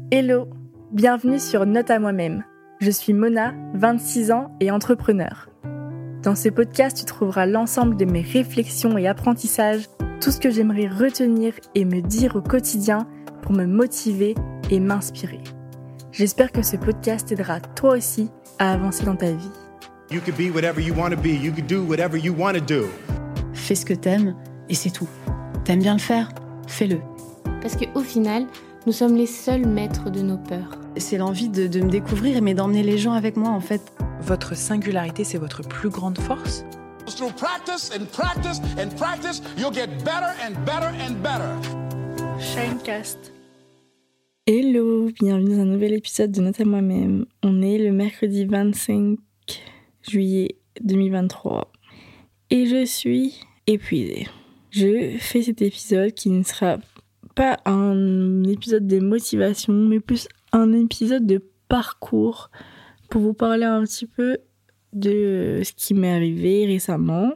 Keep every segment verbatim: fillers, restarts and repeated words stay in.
Hello, bienvenue sur Note à moi-même. Je suis Mona, vingt-six ans et entrepreneur. Dans ce podcast, tu trouveras l'ensemble de mes réflexions et apprentissages, tout ce que j'aimerais retenir et me dire au quotidien pour me motiver et m'inspirer. J'espère que ce podcast t'aidera toi aussi à avancer dans ta vie. You could be whatever you want to be. You could do whatever you want to do. Fais ce que t'aimes et c'est tout. T'aimes bien le faire ? Fais-le. Parce qu'au final, nous sommes les seuls maîtres de nos peurs. C'est l'envie de, de me découvrir, mais d'emmener les gens avec moi, en fait. Votre singularité, c'est votre plus grande force ? Through practice and practice and practice, you'll get better and better and better. Shinecast. Hello, bienvenue dans un nouvel épisode de Note à moi-même. On est le mercredi vingt-cinq juillet deux mille vingt-trois et je suis épuisée. Je fais cet épisode qui ne sera pas un épisode de motivation, mais plus un épisode de parcours pour vous parler un petit peu de ce qui m'est arrivé récemment.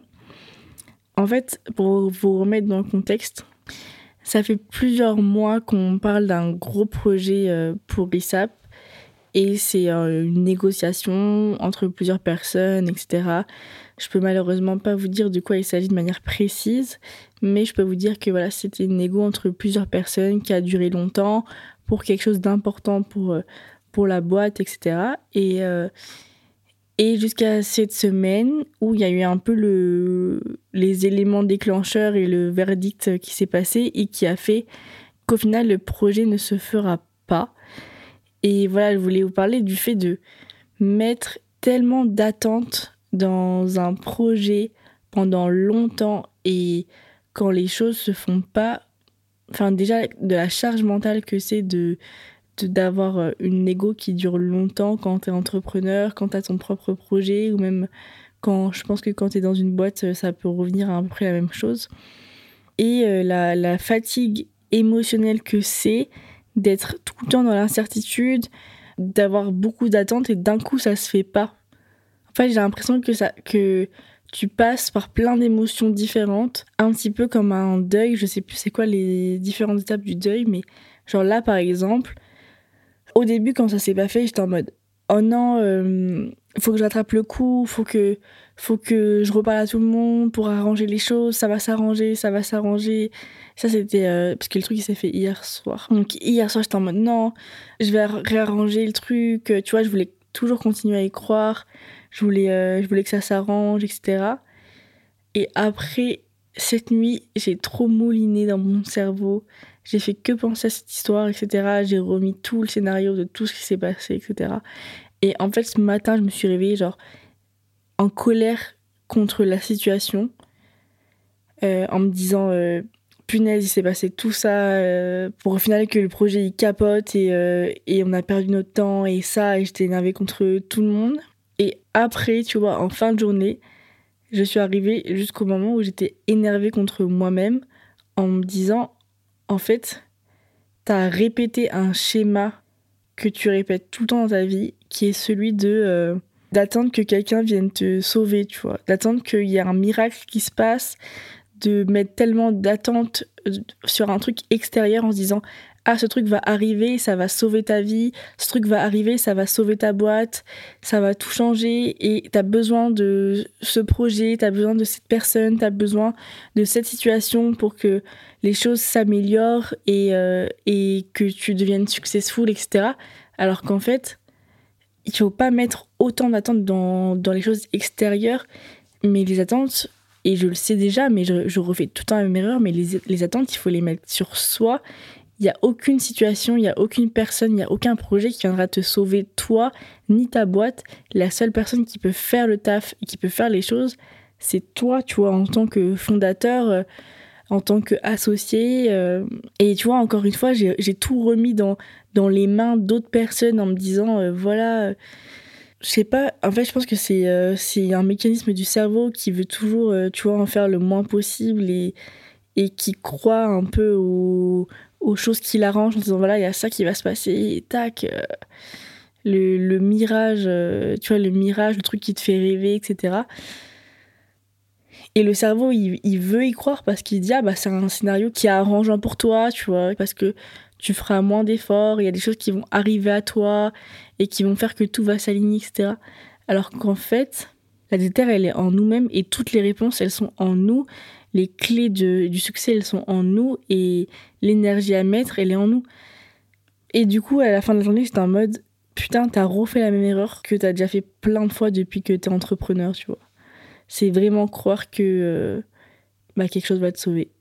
En fait, pour vous remettre dans le contexte, ça fait plusieurs mois qu'on parle d'un gros projet pour l'I S A P et c'est une négociation entre plusieurs personnes, et cetera. Je peux malheureusement pas vous dire de quoi il s'agit de manière précise, mais je peux vous dire que voilà, c'était une négo entre plusieurs personnes qui a duré longtemps pour quelque chose d'important pour, pour la boîte, et cetera. Et, euh, et jusqu'à cette semaine où il y a eu un peu le, les éléments déclencheurs et le verdict qui s'est passé et qui a fait qu'au final, le projet ne se fera pas. Et voilà, je voulais vous parler du fait de mettre tellement d'attentes dans un projet pendant longtemps et quand les choses se font pas, enfin déjà de la charge mentale que c'est de, de d'avoir une négo qui dure longtemps quand t'es entrepreneur, quand t'as ton propre projet ou même quand je pense que quand t'es dans une boîte ça peut revenir à peu près la même chose et euh, la, la fatigue émotionnelle que c'est d'être tout le temps dans l'incertitude, d'avoir beaucoup d'attentes et d'un coup ça se fait pas. En fait, j'ai l'impression que, ça, que tu passes par plein d'émotions différentes, un petit peu comme un deuil. Je sais plus c'est quoi les différentes étapes du deuil, mais genre là, par exemple, au début, quand ça s'est pas fait, j'étais en mode « Oh non, euh, faut que je rattrape le coup, faut que, faut que je reparle à tout le monde pour arranger les choses, ça va s'arranger, ça va s'arranger. » Ça, c'était... Euh, parce que le truc, il s'est fait hier soir. Donc hier soir, j'étais en mode « Non, je vais réarranger le truc. » Tu vois, je voulais toujours continuer à y croire. Je voulais, euh, je voulais que ça s'arrange, et cetera. Et après, cette nuit, j'ai trop mouliné dans mon cerveau. J'ai fait que penser à cette histoire, et cetera. J'ai remis tout le scénario de tout ce qui s'est passé, et cetera. Et en fait, ce matin, je me suis réveillée genre en colère contre la situation, euh, en me disant euh, punaise, il s'est passé tout ça euh, pour au final que le projet il capote et, euh, et on a perdu notre temps et ça, et j'étais énervée contre tout le monde. Et après, tu vois, en fin de journée, je suis arrivée jusqu'au moment où j'étais énervée contre moi-même en me disant, en fait, t'as répété un schéma que tu répètes tout le temps dans ta vie, qui est celui de euh, d'attendre que quelqu'un vienne te sauver, tu vois, d'attendre qu'il y ait un miracle qui se passe, de mettre tellement d'attentes sur un truc extérieur en se disant « Ah, ce truc va arriver, ça va sauver ta vie, ce truc va arriver, ça va sauver ta boîte, ça va tout changer et t'as besoin de ce projet, t'as besoin de cette personne, t'as besoin de cette situation pour que les choses s'améliorent et, euh, et que tu deviennes successful, et cetera » Alors qu'en fait, il ne faut pas mettre autant d'attentes dans, dans les choses extérieures, mais les attentes... Et je le sais déjà, mais je, je refais tout le temps la même erreur, mais les, les attentes, il faut les mettre sur soi. Il n'y a aucune situation, il n'y a aucune personne, il n'y a aucun projet qui viendra te sauver toi, ni ta boîte. La seule personne qui peut faire le taf et qui peut faire les choses, c'est toi, tu vois, en tant que fondateur, euh, en tant qu'associé. Euh, et tu vois, encore une fois, j'ai, j'ai tout remis dans, dans les mains d'autres personnes en me disant, euh, voilà... Euh, Je sais pas, en fait je pense que c'est, euh, c'est un mécanisme du cerveau qui veut toujours, euh, tu vois, en faire le moins possible et, et qui croit un peu aux, aux choses qui l'arrangent en disant voilà, il y a ça qui va se passer, et tac, euh, le, le mirage, euh, tu vois, le mirage, le truc qui te fait rêver, et cetera. Et le cerveau, il, il veut y croire parce qu'il dit ah bah c'est un scénario qui est arrangeant pour toi, tu vois, parce que tu feras moins d'efforts, il y a des choses qui vont arriver à toi et qui vont faire que tout va s'aligner, et cetera. Alors qu'en fait, la déter, elle est en nous-mêmes et toutes les réponses, elles sont en nous. Les clés de, du succès, elles sont en nous et l'énergie à mettre, elle est en nous. Et du coup, à la fin de la journée, j'étais en mode, putain, t'as refait la même erreur que t'as déjà fait plein de fois depuis que t'es entrepreneur, tu vois. C'est vraiment croire que euh, bah, quelque chose va te sauver.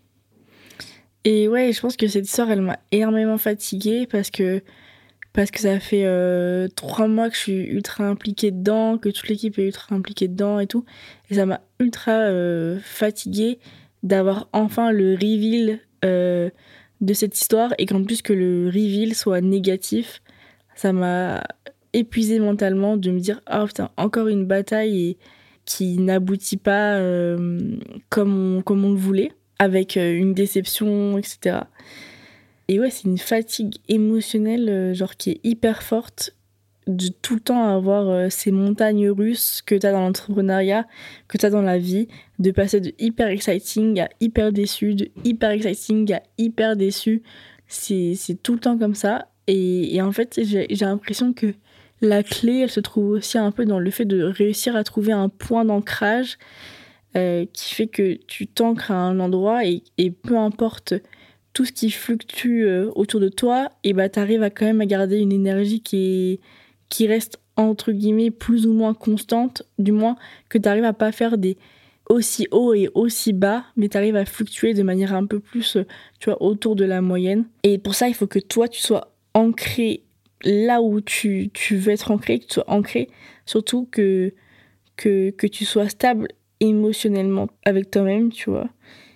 Et ouais, je pense que cette histoire, elle m'a énormément fatiguée parce que, parce que ça fait euh, trois mois que je suis ultra impliquée dedans, que toute l'équipe est ultra impliquée dedans et tout. Et ça m'a ultra euh, fatiguée d'avoir enfin le reveal euh, de cette histoire et qu'en plus que le reveal soit négatif, ça m'a épuisée mentalement de me dire « Ah putain, encore une bataille et qui n'aboutit pas euh, comme, on, comme on le voulait ». Avec une déception, et cetera. Et ouais, c'est une fatigue émotionnelle, genre qui est hyper forte, de tout le temps avoir ces montagnes russes que t'as dans l'entrepreneuriat, que t'as dans la vie, de passer de hyper exciting à hyper déçu, de hyper exciting à hyper déçu. C'est, c'est tout le temps comme ça. Et, et en fait, j'ai, j'ai l'impression que la clé, elle se trouve aussi un peu dans le fait de réussir à trouver un point d'ancrage Euh, qui fait que tu t'ancres à un endroit et, et peu importe tout ce qui fluctue euh, autour de toi, et bah t'arrives à quand même à garder une énergie qui, est, qui reste entre guillemets plus ou moins constante, du moins que t'arrives à pas faire des aussi hauts et aussi bas, mais t'arrives à fluctuer de manière un peu plus, tu vois, autour de la moyenne. Et pour ça, il faut que toi, tu sois ancré là où tu, tu veux être ancré, que tu sois ancré, surtout que, que, que tu sois stable émotionnellement avec toi-même, tu vois.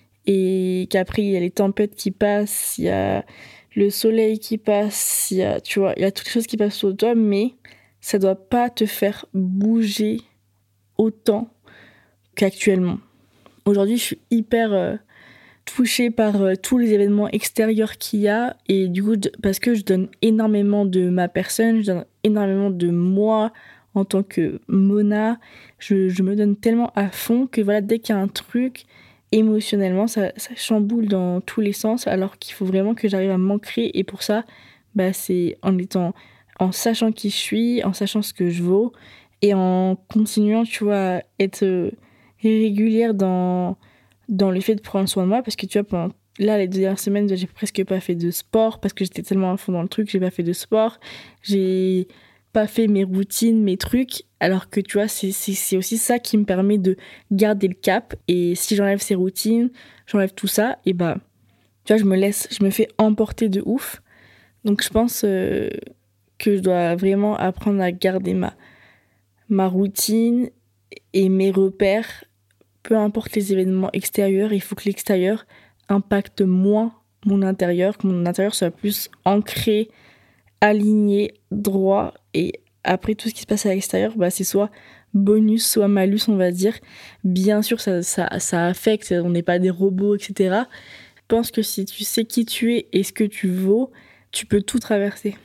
Et qu'après, il y a les tempêtes qui passent, il y a le soleil qui passe, il y a, tu vois, il y a toutes les choses qui passent autour de toi, mais ça doit pas te faire bouger autant qu'actuellement. Aujourd'hui, je suis hyper euh, touchée par euh, tous les événements extérieurs qu'il y a, et du coup, parce que je donne énormément de ma personne, je donne énormément de moi, en tant que Mona, je, je me donne tellement à fond que voilà, dès qu'il y a un truc, émotionnellement, ça, ça chamboule dans tous les sens, alors qu'il faut vraiment que j'arrive à m'ancrer. Et pour ça, bah, c'est en étant, en sachant qui je suis, en sachant ce que je vaux, et en continuant, tu vois, à être euh, régulière dans, dans le fait de prendre soin de moi, parce que tu vois, pendant là, les deux dernières semaines, j'ai presque pas fait de sport, parce que j'étais tellement à fond dans le truc, j'ai pas fait de sport. J'ai pas fait mes routines, mes trucs, alors que tu vois, c'est, c'est, c'est aussi ça qui me permet de garder le cap. Et si j'enlève ces routines, j'enlève tout ça, et bah, tu vois, je me laisse, je me fais emporter de ouf. Donc je pense euh, que je dois vraiment apprendre à garder ma, ma routine et mes repères, peu importe les événements extérieurs, il faut que l'extérieur impacte moins mon intérieur, que mon intérieur soit plus ancré, aligné, droit, et après tout ce qui se passe à l'extérieur, bah, c'est soit bonus, soit malus, on va dire. Bien sûr, ça, ça, ça affecte, on n'est pas des robots, et cetera. Je pense que si tu sais qui tu es et ce que tu vaux, tu peux tout traverser.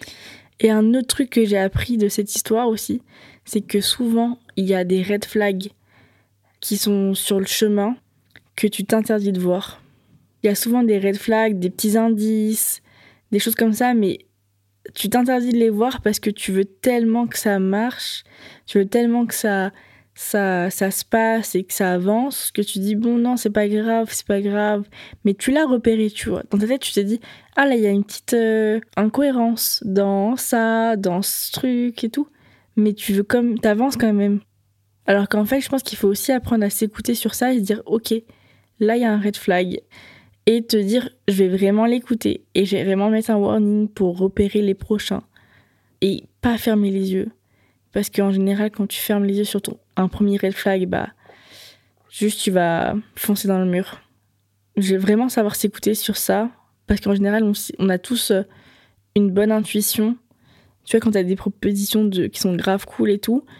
Et un autre truc que j'ai appris de cette histoire aussi, c'est que souvent, il y a des red flags qui sont sur le chemin que tu t'interdis de voir. Il y a souvent des red flags, des petits indices, des choses comme ça, mais tu t'interdis de les voir parce que tu veux tellement que ça marche, tu veux tellement que ça, ça, ça se passe et que ça avance, que tu dis bon non, c'est pas grave, c'est pas grave, mais tu l'as repéré, tu vois. Dans ta tête, tu te dis ah là, il y a une petite euh, incohérence dans ça, dans ce truc et tout, mais tu veux comme, t'avances quand même. Alors qu'en fait, je pense qu'il faut aussi apprendre à s'écouter sur ça et se dire ok, là il y a un red flag. Et te dire, je vais vraiment l'écouter et je vais vraiment mettre un warning pour repérer les prochains. Et pas fermer les yeux. Parce qu'en général, quand tu fermes les yeux sur ton, un premier red flag, bah, juste tu vas foncer dans le mur. Je vais vraiment savoir s'écouter sur ça. Parce qu'en général, on, on a tous une bonne intuition. Tu vois, quand tu as des propositions de, qui sont grave cool et tout,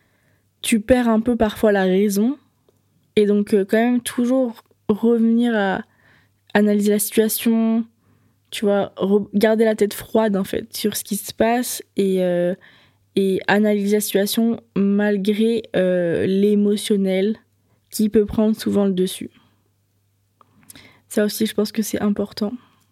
tu perds un peu parfois la raison. Et donc, euh, quand même, toujours revenir à analyser la situation, tu vois, garder la tête froide en fait sur ce qui se passe et, euh, et analyser la situation malgré euh, l'émotionnel qui peut prendre souvent le dessus. Ça aussi, je pense que c'est important.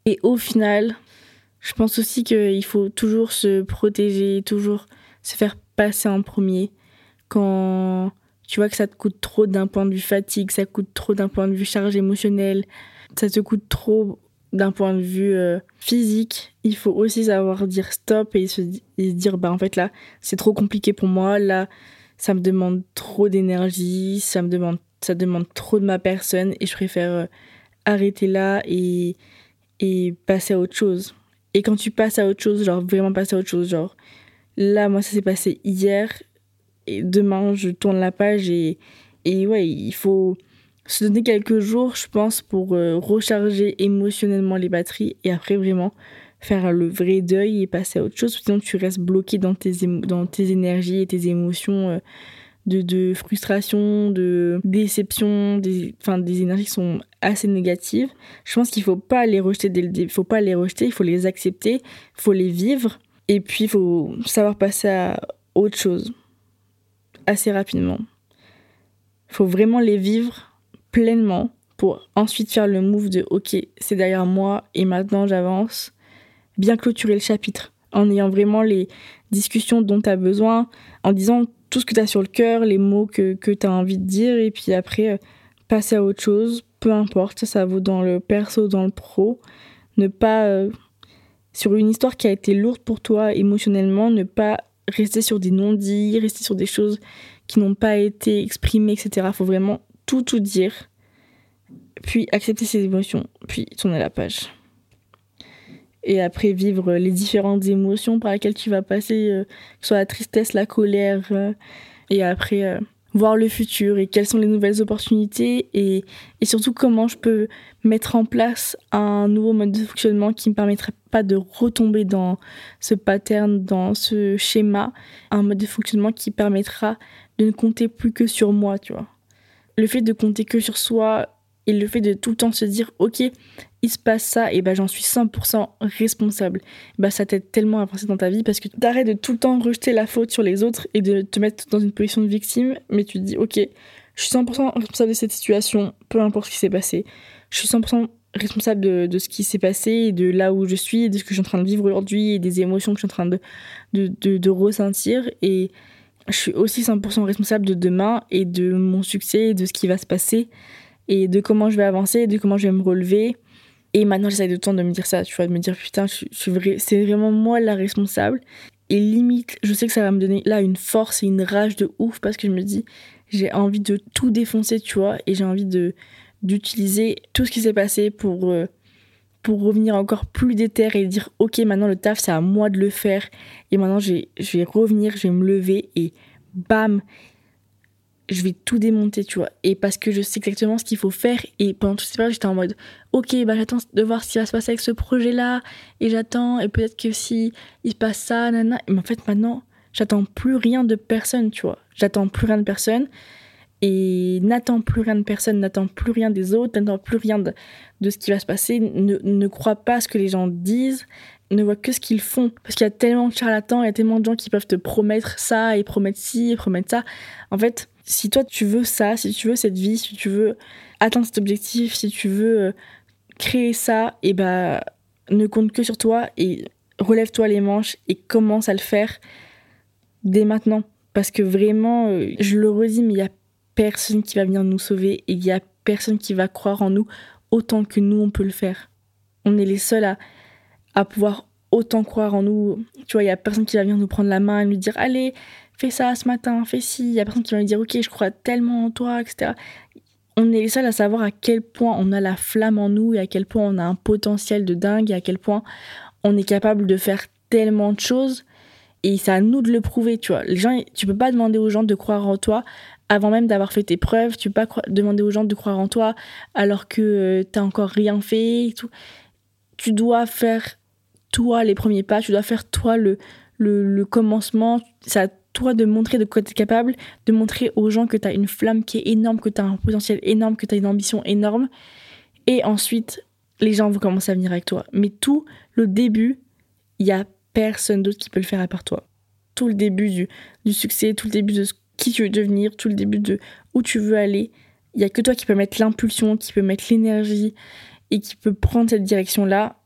Et au final, je pense aussi qu'il faut toujours se protéger, toujours se faire passer en premier. Quand tu vois que ça te coûte trop d'un point de vue fatigue, ça coûte trop d'un point de vue charge émotionnelle, ça te coûte trop d'un point de vue euh, physique, il faut aussi savoir dire stop et se, et se dire bah en fait là c'est trop compliqué pour moi, là ça me demande trop d'énergie, ça me demande ça demande trop de ma personne et je préfère euh, arrêter là et et passer à autre chose. Et quand tu passes à autre chose, genre vraiment passer à autre chose, genre là moi ça s'est passé hier et demain je tourne la page et et ouais, il faut se donner quelques jours, je pense, pour euh, recharger émotionnellement les batteries et après vraiment faire le vrai deuil et passer à autre chose. Sinon, tu restes bloqué dans tes, émo- dans tes énergies et tes émotions euh, de, de frustration, de déception, des, enfin, des énergies qui sont assez négatives. Je pense qu'il ne faut pas les rejeter dès le début. Il faut pas les rejeter, il faut les accepter, il faut les vivre et puis il faut savoir passer à autre chose assez rapidement. Il faut vraiment les vivre pleinement pour ensuite faire le move de ok, c'est derrière moi et maintenant j'avance, bien clôturer le chapitre en ayant vraiment les discussions dont tu as besoin, en disant tout ce que tu as sur le cœur, les mots que, que tu as envie de dire et puis après euh, passer à autre chose, peu importe, ça, ça vaut dans le perso, dans le pro, ne pas, euh, sur une histoire qui a été lourde pour toi émotionnellement, ne pas rester sur des non-dits, rester sur des choses qui n'ont pas été exprimées, et cetera. Il faut vraiment tout, tout dire, puis accepter ses émotions, puis tourner la page. Et après, vivre les différentes émotions par lesquelles tu vas passer, euh, que ce soit la tristesse, la colère, euh, et après, euh, voir le futur et quelles sont les nouvelles opportunités, et, et surtout comment je peux mettre en place un nouveau mode de fonctionnement qui ne me permettrait pas de retomber dans ce pattern, dans ce schéma, un mode de fonctionnement qui permettra de ne compter plus que sur moi, tu vois. Le fait de compter que sur soi et le fait de tout le temps se dire « Ok, il se passe ça et ben j'en suis cent pour cent responsable », bah ça t'aide tellement à avancer dans ta vie parce que t'arrêtes de tout le temps rejeter la faute sur les autres et de te mettre dans une position de victime, mais tu te dis « Ok, je suis cent pour cent responsable de cette situation, peu importe ce qui s'est passé. Je suis cent pour cent responsable de, de ce qui s'est passé et de là où je suis et de ce que je suis en train de vivre aujourd'hui et des émotions que je suis en train de, de, de, de ressentir et je suis aussi cent pour cent responsable de demain et de mon succès et de ce qui va se passer et de comment je vais avancer et de comment je vais me relever. Et maintenant, j'essaie de temps de me dire ça, tu vois, de me dire putain, je, je suis vrai, c'est vraiment moi la responsable. Et limite, je sais que ça va me donner là une force et une rage de ouf parce que je me dis, j'ai envie de tout défoncer, tu vois, et j'ai envie de, d'utiliser tout ce qui s'est passé pour, euh, pour revenir encore plus déter et dire ok, maintenant le taf, c'est à moi de le faire. Et maintenant, je vais, je vais revenir, je vais me lever et bam, je vais tout démonter, tu vois. Et parce que je sais exactement ce qu'il faut faire. Et pendant toutes ces périodes, j'étais en mode ok, bah j'attends de voir ce qui va se passer avec ce projet-là. Et j'attends, et peut-être que si il se passe ça, nanana. Mais en fait, maintenant, j'attends plus rien de personne, tu vois. J'attends plus rien de personne. Et n'attends plus rien de personne, n'attends plus rien des autres, n'attends plus rien de, de ce qui va se passer. Ne, ne crois pas à ce que les gens disent. Ne vois que ce qu'ils font. Parce qu'il y a tellement de charlatans, il y a tellement de gens qui peuvent te promettre ça, et promettre ci, et promettre ça. En fait, si toi tu veux ça, si tu veux cette vie, si tu veux atteindre cet objectif, si tu veux créer ça, et bah ne compte que sur toi et relève-toi les manches et commence à le faire dès maintenant. Parce que vraiment, je le redis, mais il y a personne qui va venir nous sauver et il y a personne qui va croire en nous autant que nous on peut le faire. On est les seuls à, à pouvoir autant croire en nous. Tu vois, il y a personne qui va venir nous prendre la main et nous dire allez, fais ça ce matin, fais ci. Il y a personne qui va nous dire ok, je crois tellement en toi, et cetera. On est les seuls à savoir à quel point on a la flamme en nous et à quel point on a un potentiel de dingue et à quel point on est capable de faire tellement de choses. Et c'est à nous de le prouver, tu vois. Les gens, tu peux pas demander aux gens de croire en toi avant même d'avoir fait tes preuves. Tu peux pas cro- demander aux gens de croire en toi alors que euh, t'as encore rien fait et tout. Tu dois faire toi les premiers pas. Tu dois faire toi le, le, le commencement. C'est à toi de montrer de quoi t'es capable, de montrer aux gens que t'as une flamme qui est énorme, que t'as un potentiel énorme, que t'as une ambition énorme. Et ensuite, les gens vont commencer à venir avec toi. Mais tout le début, il y a personne d'autre qui peut le faire à part toi. Tout le début du, du succès, tout le début de qui tu veux devenir, tout le début de où tu veux aller, il n'y a que toi qui peux mettre l'impulsion, qui peut mettre l'énergie et qui peut prendre cette direction-là.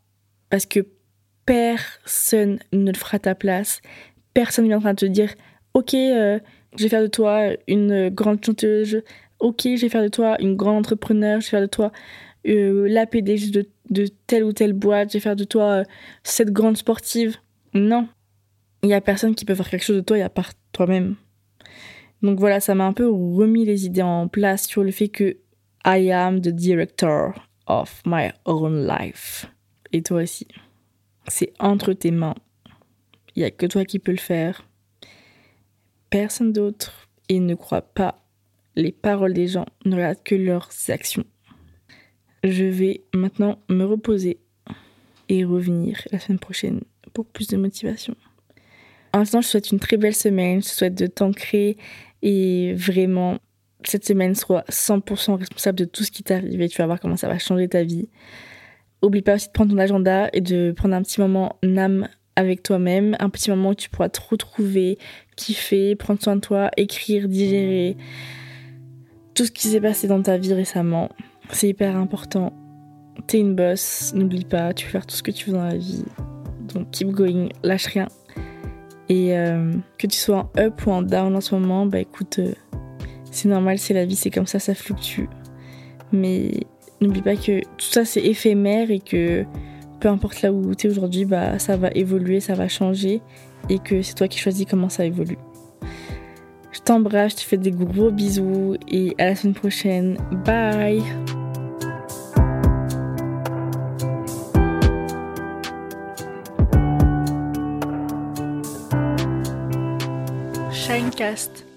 Parce que personne ne le fera à ta place. Personne ne viendra te dire « Ok, euh, je vais faire de toi une grande chanteuse. Ok, je vais faire de toi une grande entrepreneur. Je vais faire de toi euh, la P D G de, de telle ou telle boîte. Je vais faire de toi euh, cette grande sportive. » Non. Il n'y a personne qui peut faire quelque chose de toi à part toi-même. Donc voilà, ça m'a un peu remis les idées en place sur le fait que I am the director of my own life. Et toi aussi. C'est entre tes mains. Il n'y a que toi qui peux le faire. Personne d'autre. Et ne crois pas les paroles des gens. Ne regarde que leurs actions. Je vais maintenant me reposer et revenir la semaine prochaine pour plus de motivation. En attendant, je te souhaite une très belle semaine. Je te souhaite de t'ancrer et vraiment, cette semaine sera cent pour cent responsable de tout ce qui t'arrive et tu vas voir comment ça va changer ta vie. Oublie pas aussi de prendre ton agenda et de prendre un petit moment âme avec toi-même, un petit moment où tu pourras te retrouver, kiffer, prendre soin de toi, écrire, digérer tout ce qui s'est passé dans ta vie récemment. C'est hyper important. T'es une boss, n'oublie pas, tu peux faire tout ce que tu veux dans la vie. Donc keep going, lâche rien. Et euh, que tu sois en up ou en down en ce moment, bah écoute, euh, c'est normal, c'est la vie, c'est comme ça, ça fluctue. Mais n'oublie pas que tout ça c'est éphémère et que peu importe là où tu es aujourd'hui, bah ça va évoluer, ça va changer et que c'est toi qui choisis comment ça évolue. Je t'embrasse, je te fais des gros bisous et à la semaine prochaine. Bye! Shinecast.